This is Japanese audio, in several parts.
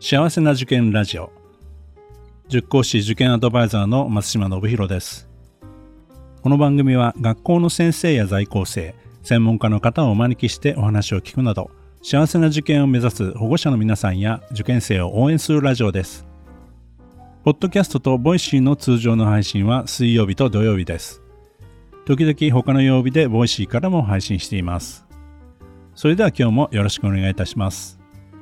幸せな受験ラジオ。塾講師受験アドバイザーの松島信弘です。この番組は学校の先生や在校生、専門家の方をお招きしてお話を聞くなど、幸せな受験を目指す保護者の皆さんや受験生を応援するラジオです。ポッドキャストとボイシーの通常の配信は水曜日と土曜日です。時々他の曜日でボイシーからも配信しています。それでは今日もよろしくお願いいたします。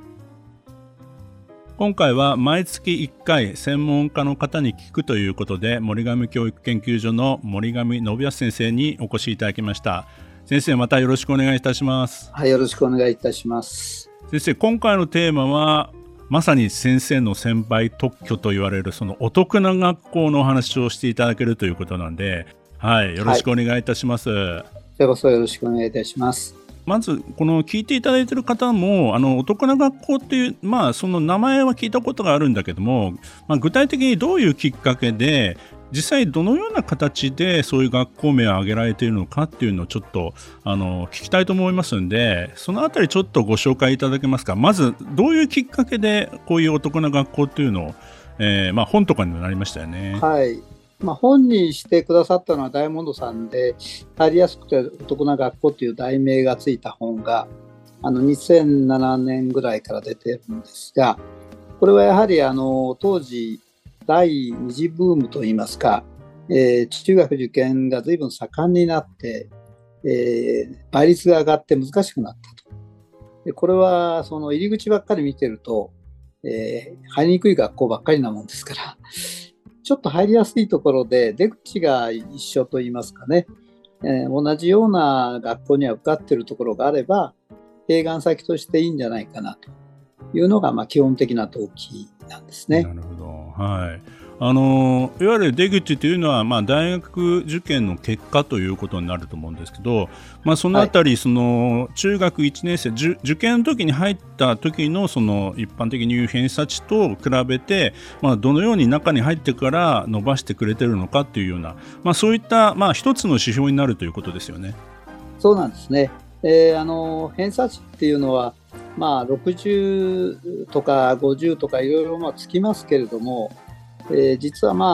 今回は毎月1回専門家の方に聞くということで、森上教育研究所の森上信康先生にお越しいただきました。先生、またよろしくお願いいたします。 はい、よろしくお願いいたします。 先生、今回のテーマはまさに先生の先輩特許と言われるそのお得な学校のお話をしていただけるということなんで、はい、よろしくお願いいたします。 こちらこそよろしくお願いいたします。 まずこの聞いていただいている方もお得な学校っていう、その名前は聞いたことがあるんだけども、具体的にどういうきっかけで実際どのような形でそういう学校名を挙げられているのかっていうのをちょっと聞きたいと思いますので、そのあたりちょっとご紹介いただけますか。まずどういうきっかけでこういうお得な学校っていうのを、本とかにもなりましたよね。 はい、本にしてくださったのはダイヤモンドさんで、入りやすくてお得な学校という題名がついた本が2007年ぐらいから出ているんですが、これはやはり当時第二次ブームといいますか、中学受験が随分盛んになって、倍率が上がって難しくなったと。でこれはその入り口ばっかり見てると、入りにくい学校ばっかりなもんですからちょっと入りやすいところで出口が一緒といいますかね、同じような学校には受かっているところがあれば併願先としていいんじゃないかなというのが基本的な動機なんですね。 なるほど、はい。いわゆる出口というのは、大学受験の結果ということになると思うんですけど、そのあたり、はい、その中学1年生受験の時に入った時のその一般的に言う偏差値と比べて、どのように中に入ってから伸ばしてくれてるのかっていうような、そういった、一つの指標になるということですよね。 そうなんですね。偏差値っていうのは、60とか50とかいろいろつきますけれども、実は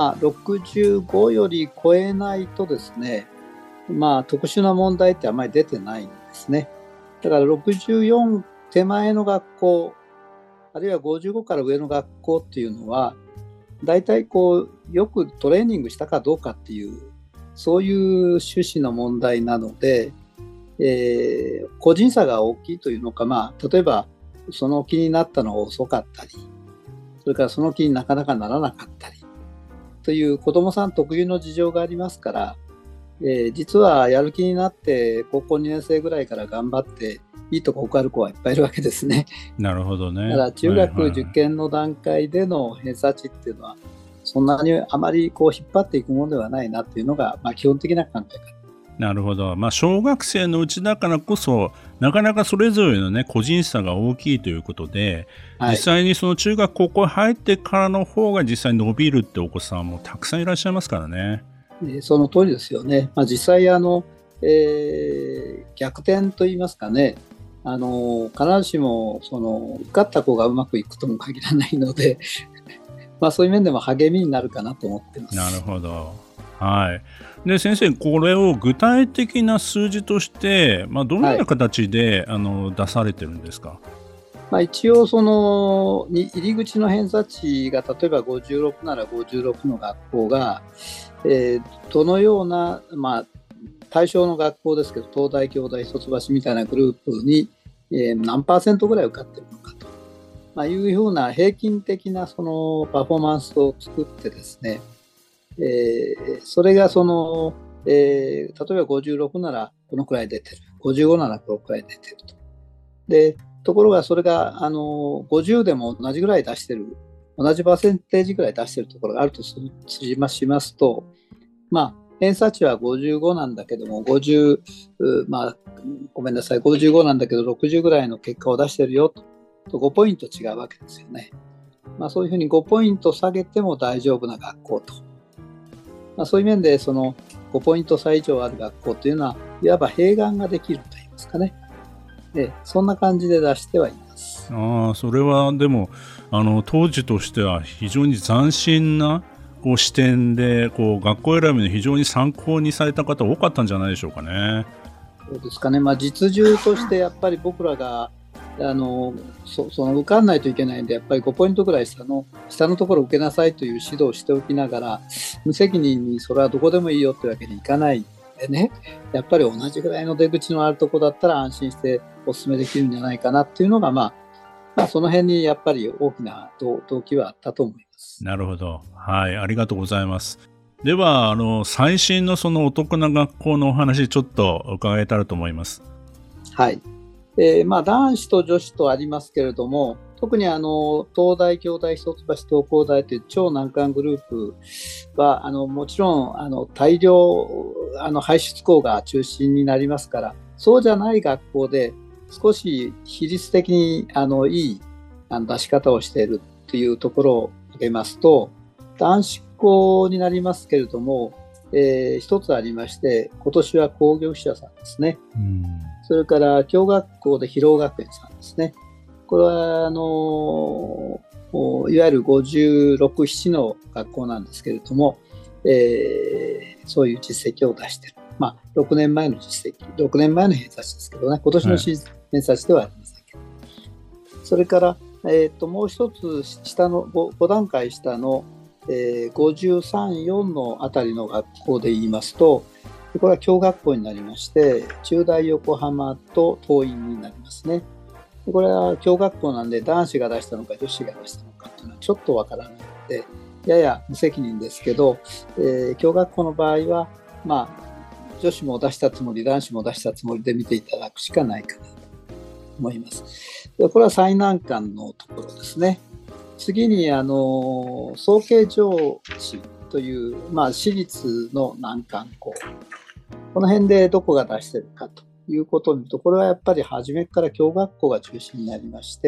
65より超えないとですね、特殊な問題ってあまり出てないんですね。だから64手前の学校、あるいは55から上の学校っていうのはだいたいよくトレーニングしたかどうかっていう、そういう趣旨の問題なので、個人差が大きいというのか、例えばその気になったのが遅かったり、それからその気になかなかならなかったりという子どもさん特有の事情がありますから、実はやる気になって高校2年生ぐらいから頑張っていいとこ受かる子はいっぱいいるわけですね。 なるほどね。 だから中学受験の段階での偏差値っていうのはそんなにあまり引っ張っていくものではないなっていうのが基本的な考え方。 なるほど。小学生のうちだからこそなかなかそれぞれのね個人差が大きいということで、実際にその中学高校入ってからの方が実際に伸びるってお子さんもたくさんいらっしゃいますからね。 その通りですよね。実際逆転といいますかね、必ずしも受かった子がうまくいくとも限らないのでそういう面でも励みになるかなと思ってます。 なるほど、はい。で先生、これを具体的な数字として、どのような形で、出されてるんですか。 一応入り口の偏差値が例えば56なら56の学校が、どのような、対象の学校ですけど東大京大卒橋みたいなグループに、何%ぐらい受かっているのかと、いうような平均的なそのパフォーマンスを作ってですね、それが例えば56ならこのくらい出てる、55ならこのくらい出てると。ところがそれが50でも同じぐらい出してる、同じパーセンテージぐらい出してるところがあるとしますと、偏差値は55なんだけども55なんだけど60ぐらいの結果を出してるよと5ポイント違うわけですよね。そういうふうに5ポイント下げても大丈夫な学校と、そういう面でその5ポイント差以上ある学校というのはいわば併願ができるといいますかね、そんな感じで出してはいます。 それはでも当時としては非常に斬新な視点で学校選びの非常に参考にされた方多かったんじゃないでしょうかね。 そうですかね、実需としてやっぱり僕らがその受かんないといけないんで、やっぱり5ポイントぐらい下のところを受けなさいという指導をしておきながら、無責任にそれはどこでもいいよというわけにいかないでね、やっぱり同じぐらいの出口のあるところだったら安心してお勧めできるんじゃないかなっていうのが、その辺にやっぱり大きな動機はあったと思います。 なるほど。はい、ありがとうございます。では最新のそのお得な学校のお話ちょっと伺えたらと思います。 はい。男子と女子とありますけれども、特に東大、京大、一橋、東工大という超難関グループはもちろん大量輩出校が中心になりますから、そうじゃない学校で少し比率的にいい出し方をしているというところを挙げますと、男子校になりますけれども、一つありまして、今年は工業者さんですね。それから共学校で広尾学園さんですね。これはいわゆる56、7の学校なんですけれども、そういう実績を出している。6年前の実績、6年前の偏差値ですけどね、今年の偏差値ではありませんけど。それから、もう一つ下の 5段階下の、53、4のあたりの学校で言いますと、これは共学校になりまして、中大横浜と桐蔭になりますね。これは共学校なんで、男子が出したのか女子が出したのかっていうのはちょっとわからないので、やや無責任ですけど、共学校の場合は、女子も出したつもり、男子も出したつもりで見ていただくしかないかなと思います。これは最難関のところですね。次に早慶上智という、私立の難関校、この辺でどこが出してるかということを見ると、これはやっぱり初めから共学校が中心になりまして、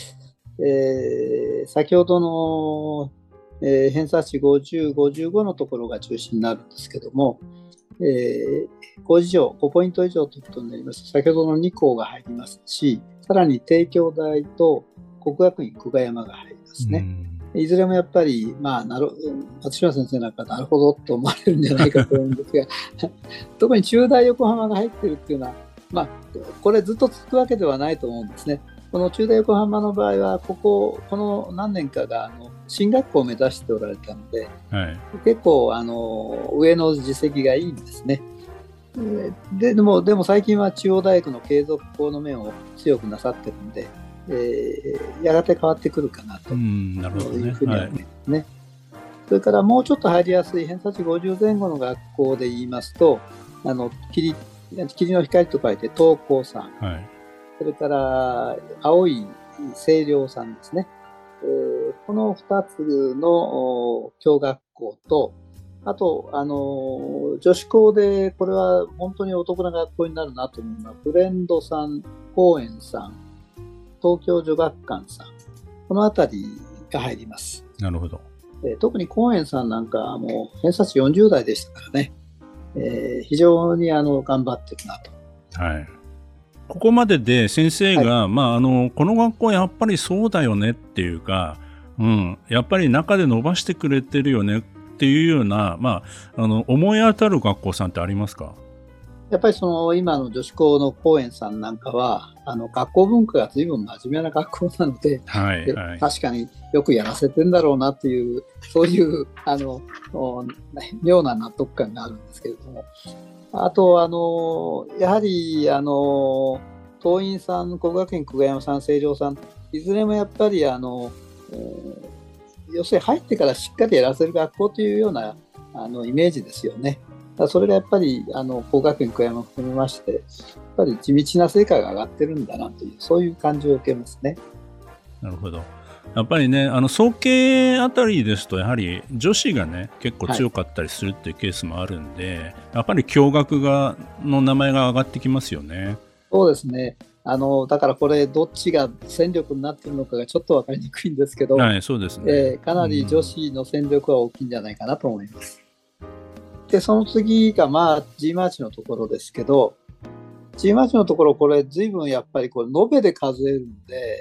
先ほどの、偏差値50、55のところが中心になるんですけども、5ポイント以上ということになりますと、先ほどの2校が入りますし、さらに帝京大と國學院久我山が入りますね。いずれもやっぱり、松島先生なんかなるほどと思われるんじゃないかと思うんですが特に中大横浜が入っているっていうのは、これずっと続くわけではないと思うんですね。この中大横浜の場合はこの何年かが進学校を目指しておられたので、結構上の実績がいいんですね。でも最近は中央大学の継続校の面を強くなさってるんで、やがて変わってくるかなというふうに思いますね。それからもうちょっと入りやすい偏差値50前後の学校で言いますと、霧の光と書いて東光さん、それから青い清涼さんですね。この2つの共学校と、あと女子校でこれは本当にお得な学校になるなと思うのはブレンドさん、高円さん、東京女学館さん、このあたりが入ります。 なるほど。 特に高円さんなんかはもう偏差値40代でしたからね、非常に頑張ってるなと。 ここまでで先生が、この学校やっぱりそうだよねっていうか、やっぱり中で伸ばしてくれてるよねっていうような、思い当たる学校さんってありますか？ やっぱり今の女子校の高円さんなんかは学校文化が随分真面目な学校なので、確かによくやらせてんだろうなっていう、そういう妙な納得感があるんですけれども、あとやはり桐蔭さん、國學院久我山さん、清涼さん、いずれもやっぱり要するに入ってからしっかりやらせる学校というようなイメージですよね。それがやっぱり國學院久我山を含めまして、やっぱり地道な成果が上がってるんだなという、そういう感じを受けますね。 なるほど。やっぱりね、早慶あたりですとやはり女子がね結構強かったりするっていうケースもあるんで、やっぱり共学の名前が上がってきますよね。 そうですね。だからこれどっちが戦力になっているのかがちょっと分かりにくいんですけど、 そうですね。 かなり女子の戦力は大きいんじゃないかなと思います。でその次がG マーチのところですけど、G マーチのところこれ随分やっぱり延べで数えるんで、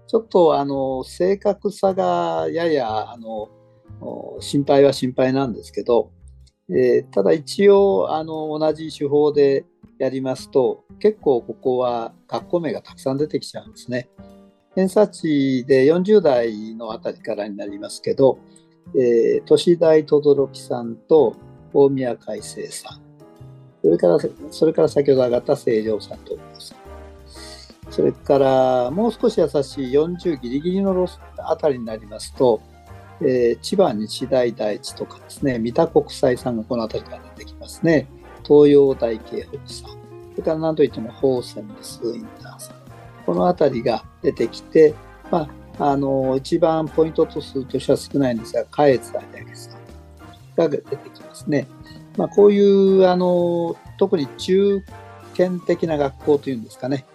ちょっと正確さがやや心配は心配なんですけど、ただ一応同じ手法でやりますと、結構ここは学校名がたくさん出てきちゃうんですね。偏差値で40代のあたりからになりますけど、年代轟さんと大宮海生さん、それから先ほど上がった清涼さんと思います。それからもう少し優しい40ギリギリのあたりになりますと、千葉日大第一とかですね、三田国際さんがこのあたりから出てきますね。東洋大京北さん、それから何といっても宝泉理数インターさん、このあたりが出てきて、一番ポイントと数としては少ないんですが、嘉悦有明さんが出てきますね。こういう特に中堅的な学校というんですかね、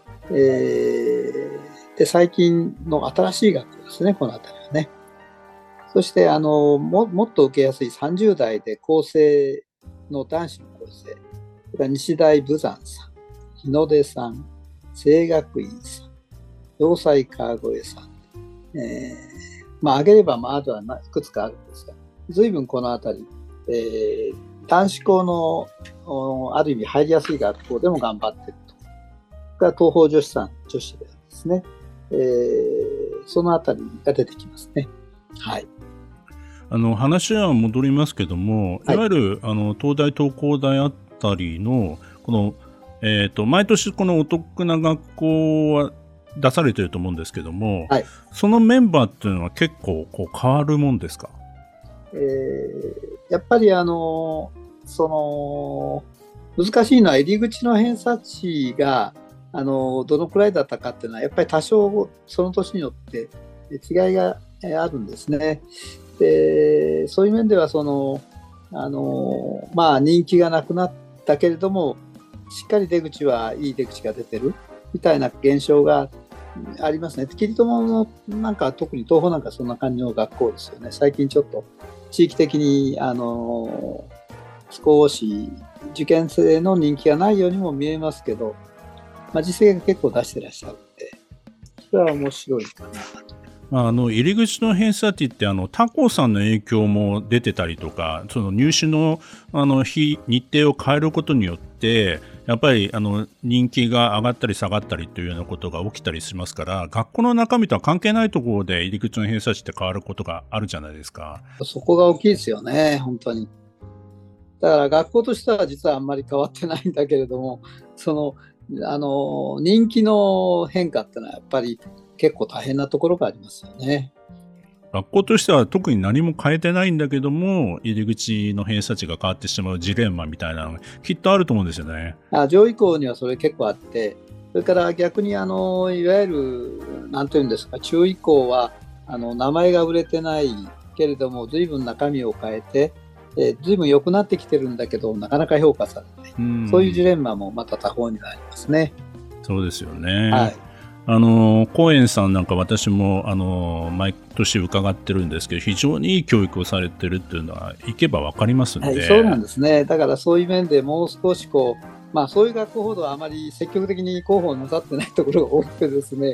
で最近の新しい学校ですね、このあたりはね。そしてもっと受けやすい30代で構成の男子の構成、それから日大武山さん、日の出さん、清学院さん、要塞川越さん、挙げればあとはいくつかあるんですが、随分このあたり、男子校のある意味入りやすい学校でも頑張っていると。それから東邦女子さん、女子でですね、そのあたりが出てきますね。はい。 話は戻りますけども、いわゆる東大東工大あたりのこの、毎年このお得な学校は出されていると思うんですけども、はい、そのメンバーっていうのは結構変わるもんですか？ やっぱり難しいのは入り口の偏差値がどのくらいだったかっていうのはやっぱり多少その年によって違いがあるんですね。でそういう面では人気がなくなったけれどもしっかり出口はいい出口が出てるみたいな現象がありますね。キリトモのなんか特に東邦なんかそんな感じの学校ですよね。最近ちょっと地域的に少し受験生の人気がないようにも見えますけど、実績が結構出してらっしゃるのでそれは面白いかなと。 入り口の偏差値って他校さんの影響も出てたりとか、その入試の日程を変えることによってやっぱり人気が上がったり下がったりというようなことが起きたりしますから、学校の中身とは関係ないところで入り口の偏差値って変わることがあるじゃないですか。 そこが大きいですよね、本当に。だから学校としては実はあんまり変わってないんだけれども、人気の変化ってのはやっぱり結構大変なところがありますよね。 学校としては特に何も変えてないんだけども入り口の偏差値が変わってしまうジレンマみたいなのがきっとあると思うんですよね。 上位校にはそれ結構あって、それから逆にいわゆる何ていうんですか、中位校は名前が売れてないけれども随分中身を変えて、随分良くなってきてるんだけどなかなか評価されない、そういうジレンマもまた他方にありますね。 そうですよね。 はい。 高円さんなんか私も毎年伺ってるんですけど、非常にいい教育をされてるっていうのは行けば分かりますんで、 はい、そうなんですね。だからそういう面でもう少しそういう学校ほどあまり積極的に広報なさってないところが多くてですね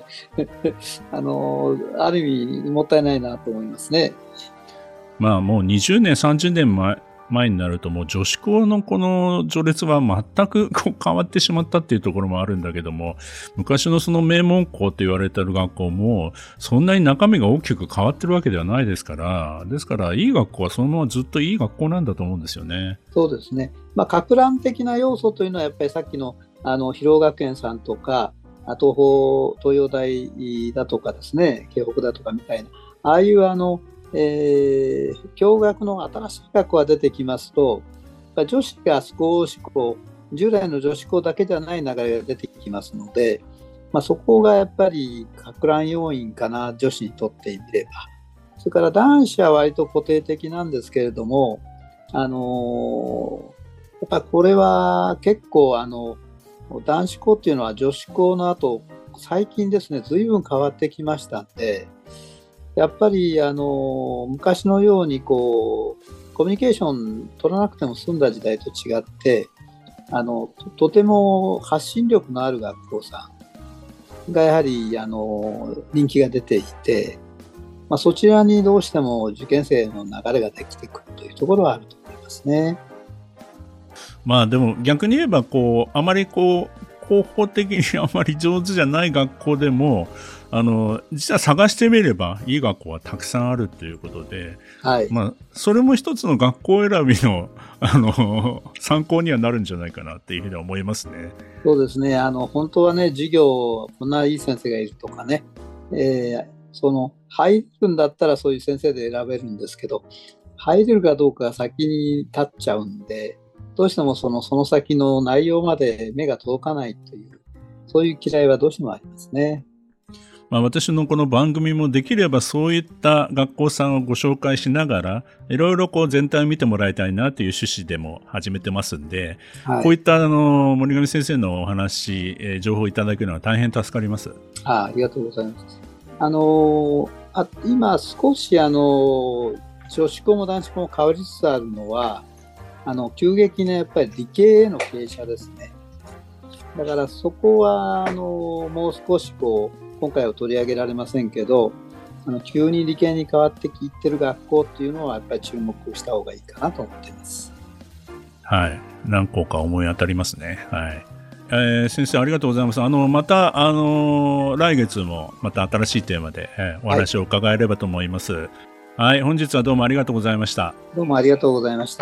ある意味もったいないなと思いますね。 もう20年30年前になるともう女子校のこの序列は全く変わってしまったっていうところもあるんだけども、昔のその名門校って言われてる学校もそんなに中身が大きく変わってるわけではないですから、ですからいい学校はそのままずっといい学校なんだと思うんですよね。 そうですね。格乱的な要素というのはやっぱりさっきの広尾学園さんとか東洋大だとかですね、京北だとかみたいなああいう共学の新しい学校が出てきますと、女子が少し従来の女子校だけじゃない流れが出てきますので、そこがやっぱり格乱要因かな、女子にとってみれば。それから男子は割と固定的なんですけれども、やっぱこれは結構男子校っていうのは女子校の後最近ですね随分変わってきましたんで、やっぱり昔のようにコミュニケーション取らなくても済んだ時代と違ってとても発信力のある学校さんがやはり人気が出ていて、そちらにどうしても受験生の流れができてくるというところはあると思いますね。 でも逆に言えばあまり広報的にあまり上手じゃない学校でも実は探してみればいい学校はたくさんあるということで、はい、それも一つの学校選びの参考にはなるんじゃないかなっていうふうに思いますね。 そうですね。本当はね、授業こんないい先生がいるとかね、入るんだったらそういう先生で選べるんですけど、入れるかどうかが先に立っちゃうんで、どうしてもその先の内容まで目が届かないという、そういう嫌いはどうしてもありますね。 私のこの番組もできればそういった学校さんをご紹介しながら、いろいろ全体を見てもらいたいなという趣旨でも始めてますんで、はい、こういった森上先生のお話、情報をいただけるのは大変助かります。 ありがとうございます。今少し女子校も男子校も変わりつつあるのは、急激なやっぱり理系への傾斜ですね。だからそこはもう少し今回は取り上げられませんけど、急に理系に変わっていってる学校っていうのはやっぱり注目した方がいいかなと思っています。 はい、何校か思い当たりますね。はい。先生ありがとうございます。また来月もまた新しいテーマで、お話を伺えればと思います。はい、はい、本日はどうもありがとうございました。 どうもありがとうございました。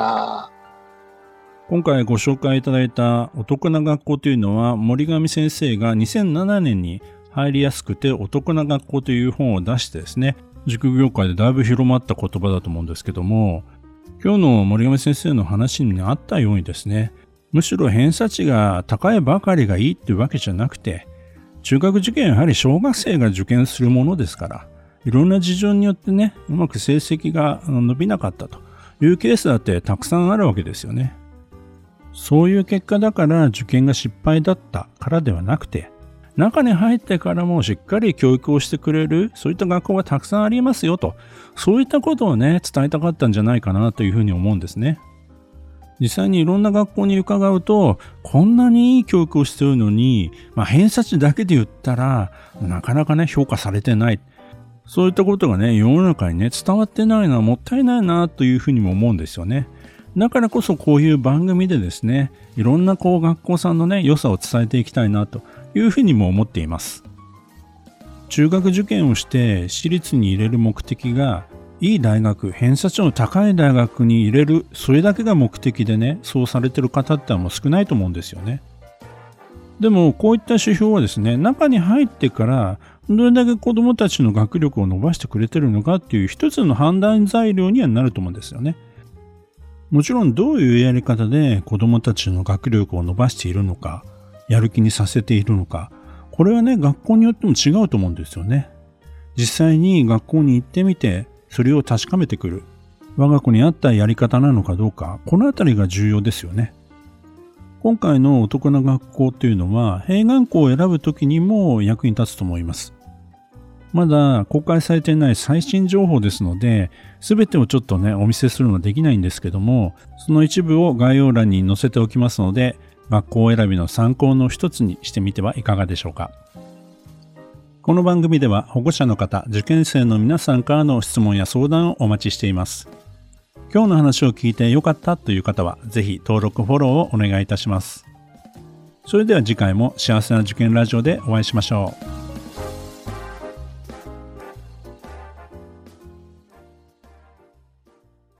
今回ご紹介いただいたお得な学校というのは、森上先生が2007年に入りやすくてお得な学校という本を出してですね、塾業界でだいぶ広まった言葉だと思うんですけども、今日の森上先生の話にあったようにですね、むしろ偏差値が高いばかりがいいっていうわけじゃなくて、中学受験はやはり小学生が受験するものですから、いろんな事情によってね、うまく成績が伸びなかったというケースだってたくさんあるわけですよね。そういう結果だから受験が失敗だったからではなくて、中に入ってからもしっかり教育をしてくれる、そういった学校がたくさんありますよと、そういったことをね、伝えたかったんじゃないかなというふうに思うんですね。実際にいろんな学校に伺うと、こんなにいい教育をしているのに、偏差値だけで言ったら、なかなかね、評価されてない。そういったことがね、世の中にね、伝わってないのはもったいないなというふうにも思うんですよね。だからこそこういう番組でですね、いろんな学校さんのね、良さを伝えていきたいなというふうにも思っています。中学受験をして私立に入れる目的が、いい大学、偏差値の高い大学に入れる、それだけが目的でね、そうされてる方ってもう少ないと思うんですよね。でもこういった指標はですね、中に入ってからどれだけ子どもたちの学力を伸ばしてくれてるのかっていう一つの判断材料にはなると思うんですよね。もちろんどういうやり方で子どもたちの学力を伸ばしているのか、やる気にさせているのか、これはね、学校によっても違うと思うんですよね。実際に学校に行ってみて、それを確かめてくる。我が子に合ったやり方なのかどうか、このあたりが重要ですよね。今回のお得な学校というのは、併願校を選ぶときにも役に立つと思います。まだ公開されていない最新情報ですので、すべてをちょっとね、お見せするのはできないんですけども、その一部を概要欄に載せておきますので、学校選びの参考の一つにしてみてはいかがでしょうか。この番組では保護者の方、受験生の皆さんからの質問や相談をお待ちしています。今日の話を聞いてよかったという方は、ぜひ登録、フォローをお願いいたします。それでは次回も幸せな受験ラジオでお会いしましょう。